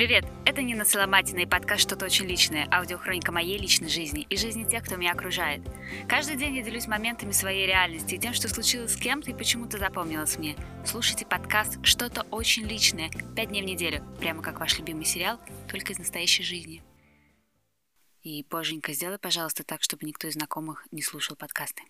Привет! Это Нина Соломатина и подкаст «Что-то очень личное», аудиохроника моей личной жизни и жизни тех, кто меня окружает. Каждый день я делюсь моментами своей реальности и тем, что случилось с кем-то и почему-то запомнилось мне. Слушайте подкаст «Что-то очень личное» 5 дней в неделю, прямо как ваш любимый сериал, только из настоящей жизни. И, Боженька, сделай, пожалуйста, так, чтобы никто из знакомых не слушал подкасты.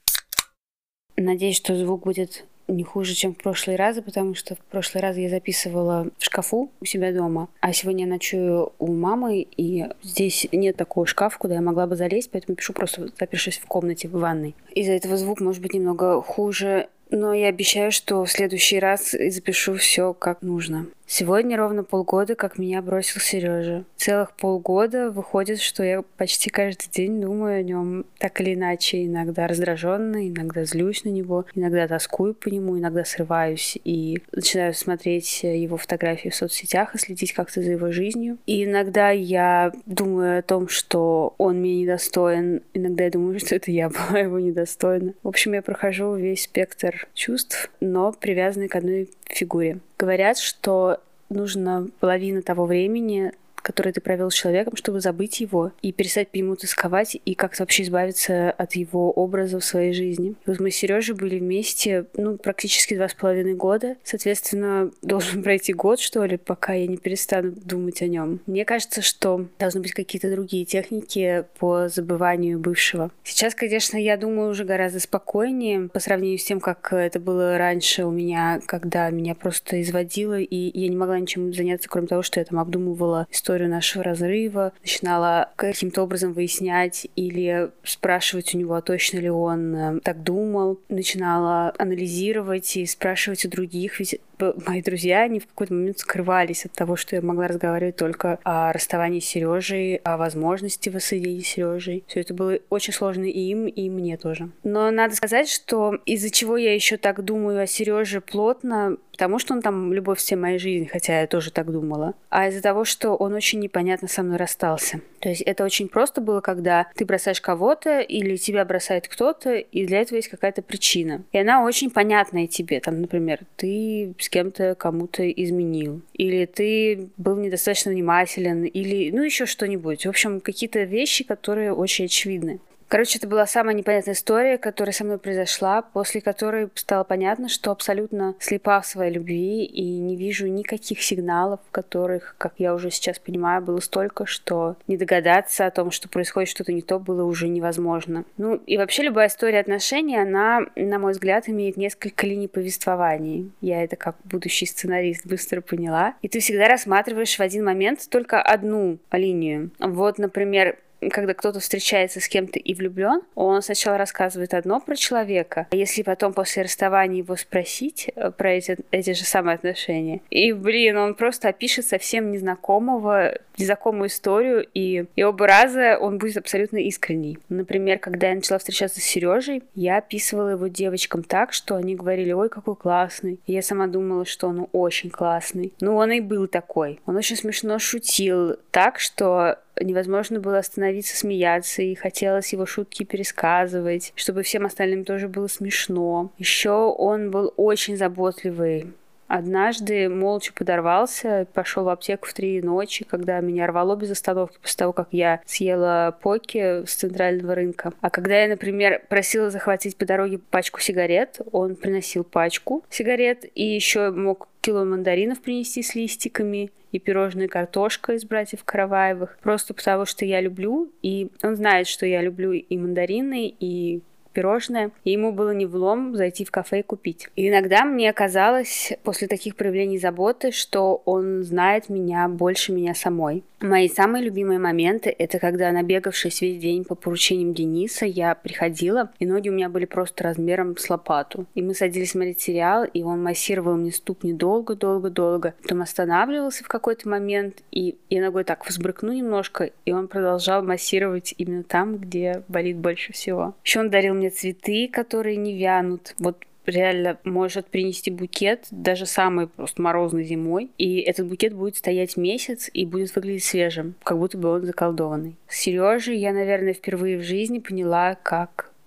Надеюсь, что звук будет не хуже, чем в прошлые разы, потому что в прошлый раз я записывала в шкафу у себя дома, а сегодня я ночую у мамы, и здесь нет такого шкафа, куда я могла бы залезть, поэтому пишу просто запершись в комнате, в ванной. Из-за этого звук может быть немного хуже, но я обещаю, что в следующий раз запишу все как нужно. Сегодня ровно полгода, как меня бросил Сережа. Целых полгода выходит, что я почти каждый день думаю о нем так или иначе. Иногда раздраженно, иногда злюсь на него, иногда тоскую по нему, иногда срываюсь и начинаю смотреть его фотографии в соцсетях и следить как-то за его жизнью. И иногда я думаю о том, что он меня недостоин. Иногда я думаю, что это я была его недостойна. В общем, я прохожу весь спектр чувств, но привязанный к одной фигуре. Говорят, что нужно половину того времени, которое ты провел с человеком, чтобы забыть его и перестать по нему тосковать и как-то вообще избавиться от его образа в своей жизни. Вот мы с Сережей были вместе, практически 2,5 года. Соответственно, должен пройти год, что ли, пока я не перестану думать о нем. Мне кажется, что должны быть какие-то другие техники по забыванию бывшего. Сейчас, конечно, я думаю уже гораздо спокойнее по сравнению с тем, как это было раньше у меня, когда меня просто изводило, и я не могла ничем заняться, кроме того, что я там обдумывала историю нашего разрыва, начинала каким-то образом выяснять или спрашивать у него, а точно ли он так думал, начинала анализировать и спрашивать у других, ведь мои друзья, они в какой-то момент скрывались от того, что я могла разговаривать только о расставании с Сережей, о возможности воссоединения с Сережей. Все это было очень сложно и им, и мне тоже. Но надо сказать, что из-за чего я еще так думаю о Сереже плотно, потому что он там любовь всей моей жизни, хотя я тоже так думала, а из-за того, что он очень непонятно со мной расстался. То есть это очень просто было, когда ты бросаешь кого-то или тебя бросает кто-то, и для этого есть какая-то причина. И она очень понятная тебе. Там, например, ты с кем-то кому-то изменил, или ты был недостаточно внимателен, или еще что-нибудь. В общем, какие-то вещи, которые очень очевидны. Короче, это была самая непонятная история, которая со мной произошла, после которой стало понятно, что абсолютно слепа в своей любви и не вижу никаких сигналов, которых, как я уже сейчас понимаю, было столько, что не догадаться о том, что происходит что-то не то, было уже невозможно. И вообще любая история отношений, она, на мой взгляд, имеет несколько линий повествований. Я это как будущий сценарист быстро поняла. И ты всегда рассматриваешь в один момент только одну линию. Вот, например, когда кто-то встречается с кем-то и влюблен, он сначала рассказывает одно про человека, а если потом после расставания его спросить про эти же самые отношения, и, он просто опишет совсем незнакомую историю, и оба раза он будет абсолютно искренний. Например, когда я начала встречаться с Сережей, я описывала его девочкам так, что они говорили: ой, какой классный. И я сама думала, что он очень классный. Он и был такой. Он очень смешно шутил так, что невозможно было остановиться, смеяться, и хотелось его шутки пересказывать, чтобы всем остальным тоже было смешно. Еще он был очень заботливый. Однажды молча подорвался, пошел в аптеку в 3 ночи, когда меня рвало без остановки после того, как я съела поки с центрального рынка. А когда я, например, просила захватить по дороге пачку сигарет, он приносил пачку сигарет и еще мог кило мандаринов принести с листиками и пирожные картошка из братьев Караваевых. Просто потому, что я люблю, и он знает, что я люблю и мандарины, и пирожное, и ему было не влом зайти в кафе и купить. И иногда мне казалось, после таких проявлений заботы, что он знает меня больше меня самой. Мои самые любимые моменты — это когда, набегавшись весь день по поручениям Дениса, я приходила, и ноги у меня были просто размером с лопату. И мы садились смотреть сериал, и он массировал мне ступни долго-долго-долго. Потом останавливался в какой-то момент, и я ногой так взбрыкну немножко, и он продолжал массировать именно там, где болит больше всего. Еще он дарил мне цветы, которые не вянут. Вот реально может принести букет даже самый просто морозной зимой, и этот букет будет стоять месяц и будет выглядеть свежим, как будто бы он заколдованный. С Сережей я, наверное, впервые в жизни поняла, как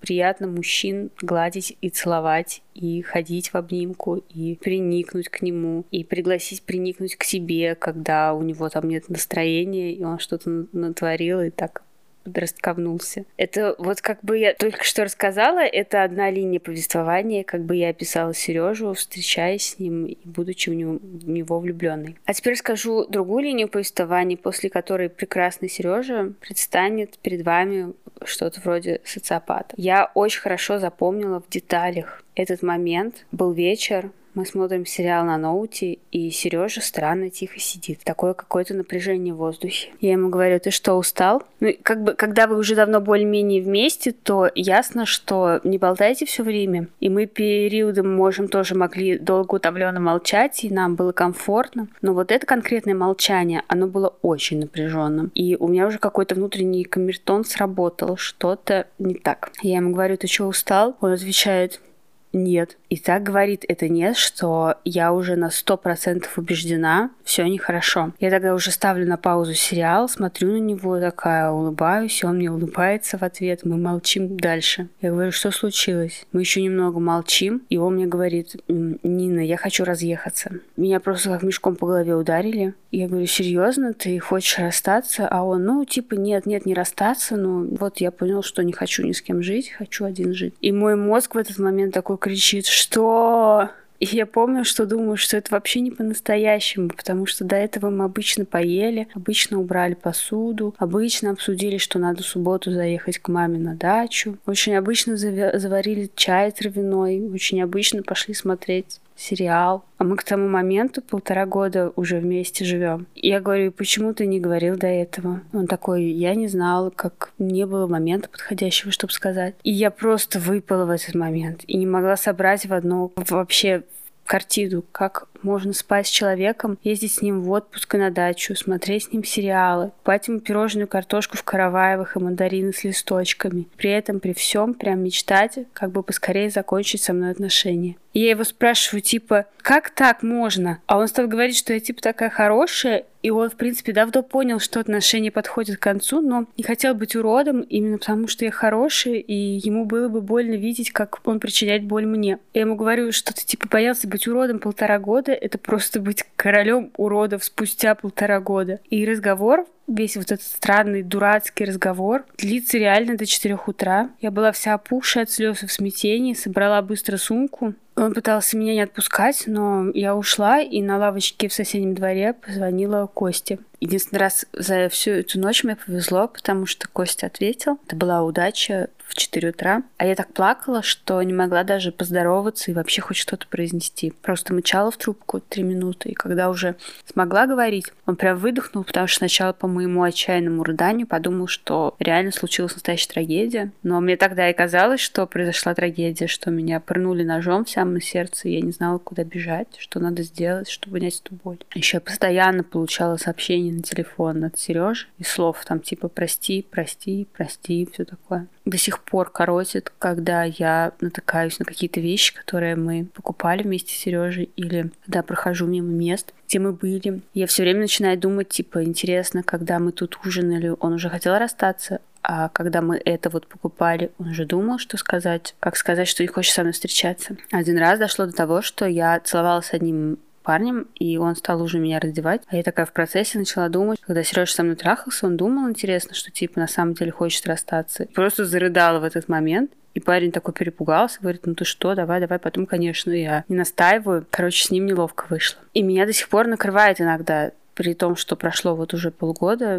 приятно мужчин гладить и целовать, и ходить в обнимку, и приникнуть к нему, и пригласить приникнуть к себе, когда у него там нет настроения, и он что-то натворил, и так подрастковнулся. Это вот как бы я только что рассказала, это одна линия повествования, как бы я описала Сережу, встречаясь с ним и будучи в него влюбленной. А теперь расскажу другую линию повествования, после которой прекрасный Сережа предстанет перед вами что-то вроде социопата. Я очень хорошо запомнила в деталях этот момент. Был вечер, мы смотрим сериал на ноуте, и Сережа странно тихо сидит. Такое какое-то напряжение в воздухе. Я ему говорю: ты что, устал? Ну, как бы, когда вы уже давно более-менее вместе, то ясно, что не болтайте все время. И мы периодом могли долго утомленно молчать, и нам было комфортно. Но вот это конкретное молчание, оно было очень напряженным. И у меня уже какой-то внутренний камертон сработал. Что-то не так. Я ему говорю: ты что, устал? Он отвечает: нет. И так говорит это нет, что я уже на 100% убеждена, все нехорошо. Я тогда уже ставлю на паузу сериал, смотрю на него, такая улыбаюсь, он мне улыбается в ответ, мы молчим дальше. Я говорю: что случилось? Мы еще немного молчим, и он мне говорит: Нина, я хочу разъехаться. Меня просто как мешком по голове ударили. Я говорю: серьезно, ты хочешь расстаться? А он: ну, типа, нет, не расстаться, но вот я понял, что не хочу ни с кем жить, хочу один жить. И мой мозг в этот момент такой кричит: что? И я помню, что думаю, что это вообще не по-настоящему, потому что до этого мы обычно поели, обычно убрали посуду, обычно обсудили, что надо в субботу заехать к маме на дачу, очень обычно заварили чай травяной, очень обычно пошли смотреть сериал. А мы к тому моменту 1,5 года уже вместе живем. И я говорю: почему ты не говорил до этого? Он такой: я не знал, как не было момента подходящего, чтобы сказать. И я просто выпала в этот момент и не могла собрать в одну вообще картину, как можно спать с человеком, ездить с ним в отпуск и на дачу, смотреть с ним сериалы, покупать ему пирожную картошку в Караваевых и мандарины с листочками. При этом, при всем, прям мечтать, как бы поскорее закончить со мной отношения. И я его спрашиваю, типа: как так можно? А он стал говорить, что я типа такая хорошая, и он, в принципе, давно понял, что отношения подходят к концу, но не хотел быть уродом именно потому, что я хорошая, и ему было бы больно видеть, как он причиняет боль мне. Я ему говорю, что ты типа боялся быть уродом 1,5 года, это просто быть королем уродов спустя 1,5 года. И разговор, весь вот этот странный, дурацкий разговор, длится реально до 4 утра. Я была вся опухшая от слез и в смятении, собрала быстро сумку. Он пытался меня не отпускать, но я ушла и на лавочке в соседнем дворе позвонила Косте. Единственный раз за всю эту ночь мне повезло, потому что Костя ответил. Это была удача в 4 утра. А я так плакала, что не могла даже поздороваться и вообще хоть что-то произнести. Просто мычала в трубку 3 минуты. И когда уже смогла говорить, он прям выдохнул, потому что сначала по моему отчаянному рыданию подумал, что реально случилась настоящая трагедия. Но мне тогда и казалось, что произошла трагедия, что меня пырнули ножом в самое сердце, и я не знала, куда бежать, что надо сделать, чтобы унять эту боль. Еще я постоянно получала сообщения на телефон от Сережи и слов там типа: прости, прости, прости, все такое. До сих пор коротит, когда я натыкаюсь на какие-то вещи, которые мы покупали вместе с Сережей, или когда прохожу мимо мест, где мы были. Я все время начинаю думать, типа: интересно, когда мы тут ужинали, он уже хотел расстаться, а когда мы это вот покупали, он уже думал, что сказать, как сказать, что не хочет со мной встречаться. Один раз дошло до того, что я целовалась с одним парнем, и он стал уже меня раздевать. А я такая в процессе начала думать, когда Сережа со мной трахался, он думал, интересно, что типа на самом деле хочет расстаться. Просто зарыдала в этот момент. И парень такой перепугался, говорит: ну ты что, давай, потом, конечно, я не настаиваю. Короче, с ним неловко вышло. И меня до сих пор накрывает иногда, при том, что прошло вот уже полгода,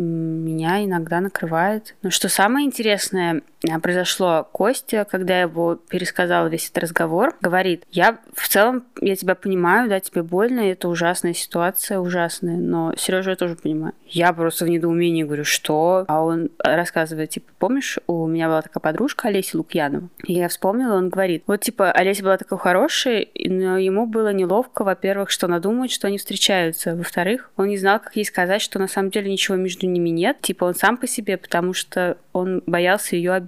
меня иногда накрывает. Но что самое интересное произошло, Костя, когда я его пересказала весь этот разговор, говорит: я в целом, я тебя понимаю, да, тебе больно, это ужасная ситуация, ужасная, но Сережа я тоже понимаю. Я просто в недоумении говорю: что? А он рассказывает, типа: помнишь, у меня была такая подружка Олеся Лукьянова? И я вспомнила, он говорит: вот, типа, Олеся была такой хорошей, но ему было неловко, во-первых, что она думает, что они встречаются, во-вторых, он не знал, как ей сказать, что на самом деле ничего между ними нет, типа он сам по себе, потому что он боялся ее обидеть.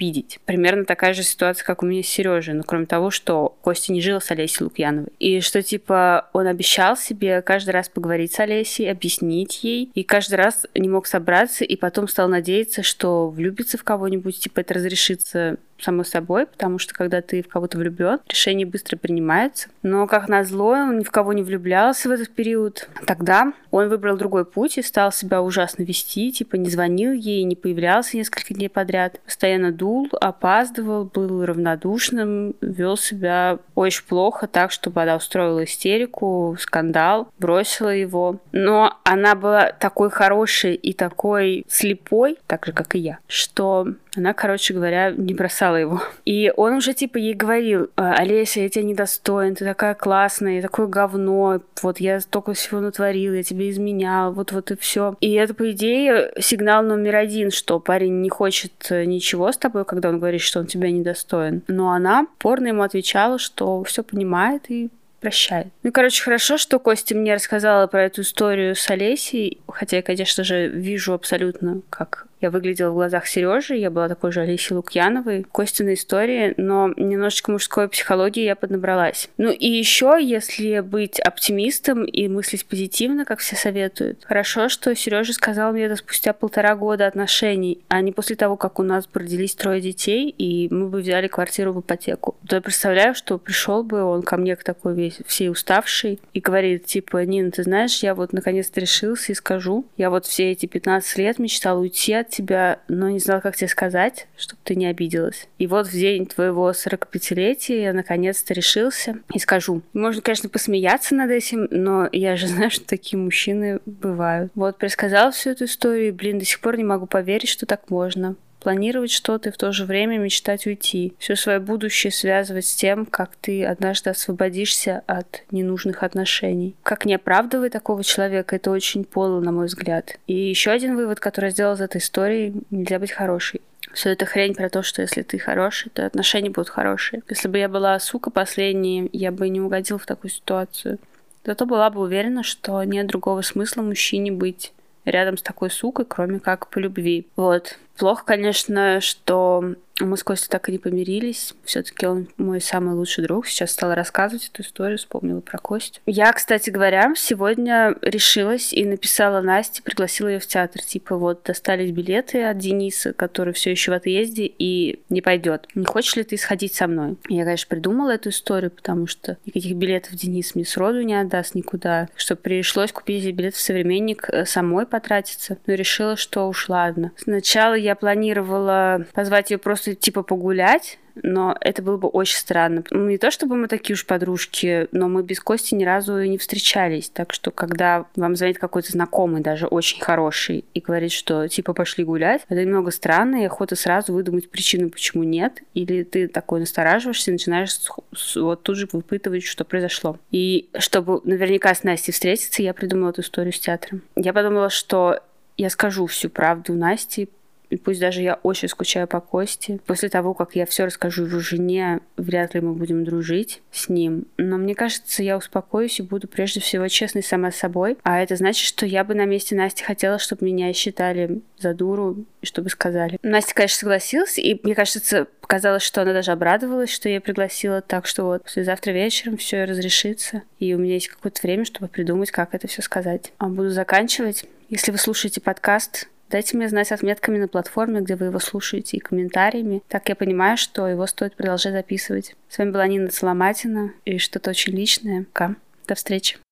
обидеть. Примерно такая же ситуация, как у меня с Сережей, но кроме того, что Костя не жил с Олесей Лукьяновой. И что, типа, он обещал себе каждый раз поговорить с Олесей, объяснить ей, и каждый раз не мог собраться, и потом стал надеяться, что влюбится в кого-нибудь, типа, это разрешится само собой, потому что когда ты в кого-то влюблен, решение быстро принимается. Но, как назло, он ни в кого не влюблялся в этот период. Тогда он выбрал другой путь и стал себя ужасно вести, типа не звонил ей, не появлялся несколько дней подряд, постоянно дул, опаздывал, был равнодушным, вел себя очень плохо, так, чтобы она устроила истерику, скандал, бросила его. Но она была такой хорошей и такой слепой, так же, как и я, что она, короче говоря, не бросала его. И он уже, типа, ей говорил: Олеся, я тебя недостоин, ты такая классная, я такое говно, вот я столько всего натворил, я тебе изменял, вот и все. И это, по идее, сигнал номер один, что парень не хочет ничего с тобой, когда он говорит, что он тебя недостоин. Но она упорно ему отвечала, что все понимает и прощает. Ну, короче, хорошо, что Костя мне рассказала про эту историю с Олесей, хотя я, конечно же, вижу абсолютно, как я выглядела в глазах Сережи, я была такой же Олесей Лукьяновой, Костиной истории, но немножечко мужской психологии я поднабралась. Ну и еще, если быть оптимистом и мыслить позитивно, как все советуют, хорошо, что Сережа сказал мне это спустя 1,5 года отношений, а не после того, как у нас родились 3 детей, и мы бы взяли квартиру в ипотеку. То я представляю, что пришел бы он ко мне такой весь, всей уставший, и говорит, типа: Нина, ты знаешь, я вот наконец-то решился и скажу, я вот все эти 15 лет мечтал уйти от тебя, но не знал, как тебе сказать, чтобы ты не обиделась. И вот в день твоего 45-летия я наконец-то решился и скажу. Можно, конечно, посмеяться над этим, но я же знаю, что такие мужчины бывают. Вот, пересказала всю эту историю, и, до сих пор не могу поверить, что так можно. Планировать что-то и в то же время мечтать уйти. Все свое будущее связывать с тем, как ты однажды освободишься от ненужных отношений. Как не оправдывай такого человека, это очень подло, на мой взгляд. И еще один вывод, который я сделала из этой истории: нельзя быть хорошей. Все это хрень про то, что если ты хороший, то отношения будут хорошие. Если бы я была сука последняя, я бы не угодила в такую ситуацию. Зато была бы уверена, что нет другого смысла мужчине быть рядом с такой сукой, кроме как по любви. Вот. Плохо, конечно, что мы с Костей так и не помирились. Все-таки он мой самый лучший друг. Сейчас стала рассказывать эту историю, вспомнила про Костю. Я, кстати говоря, сегодня решилась и написала Насте, пригласила ее в театр. Типа, вот, достались билеты от Дениса, который все еще в отъезде и не пойдет. Не хочешь ли ты сходить со мной? Я, конечно, придумала эту историю, потому что никаких билетов Денис мне сроду не отдаст никуда. Так что пришлось купить эти билеты в «Современник», самой потратиться. Но решила, что уж ладно. Сначала я планировала позвать ее просто типа погулять, но это было бы очень странно. Ну, не то чтобы мы такие уж подружки, но мы без Кости ни разу и не встречались. Так что, когда вам звонит какой-то знакомый, даже очень хороший, и говорит, что типа пошли гулять, это немного странно, и охота сразу выдумать причину, почему нет. Или ты такой настораживаешься и начинаешь вот тут же выпытывать, что произошло. И чтобы наверняка с Настей встретиться, я придумала эту историю с театром. Я подумала, что я скажу всю правду Насте, и пусть даже я очень скучаю по Косте. После того, как я все расскажу его жене, вряд ли мы будем дружить с ним. Но мне кажется, я успокоюсь и буду прежде всего честной сама с собой. А это значит, что я бы на месте Насти хотела, чтобы меня считали за дуру и чтобы сказали. Настя, конечно, согласилась, и мне кажется, показалось, что она даже обрадовалась, что я пригласила. Так что вот послезавтра вечером все разрешится. И у меня есть какое-то время, чтобы придумать, как это все сказать. А буду заканчивать. Если вы слушаете подкаст, дайте мне знать отметками на платформе, где вы его слушаете, и комментариями. Так я понимаю, что его стоит продолжать записывать. С вами была Нина Соломатина и что-то очень личное. Пока. До встречи.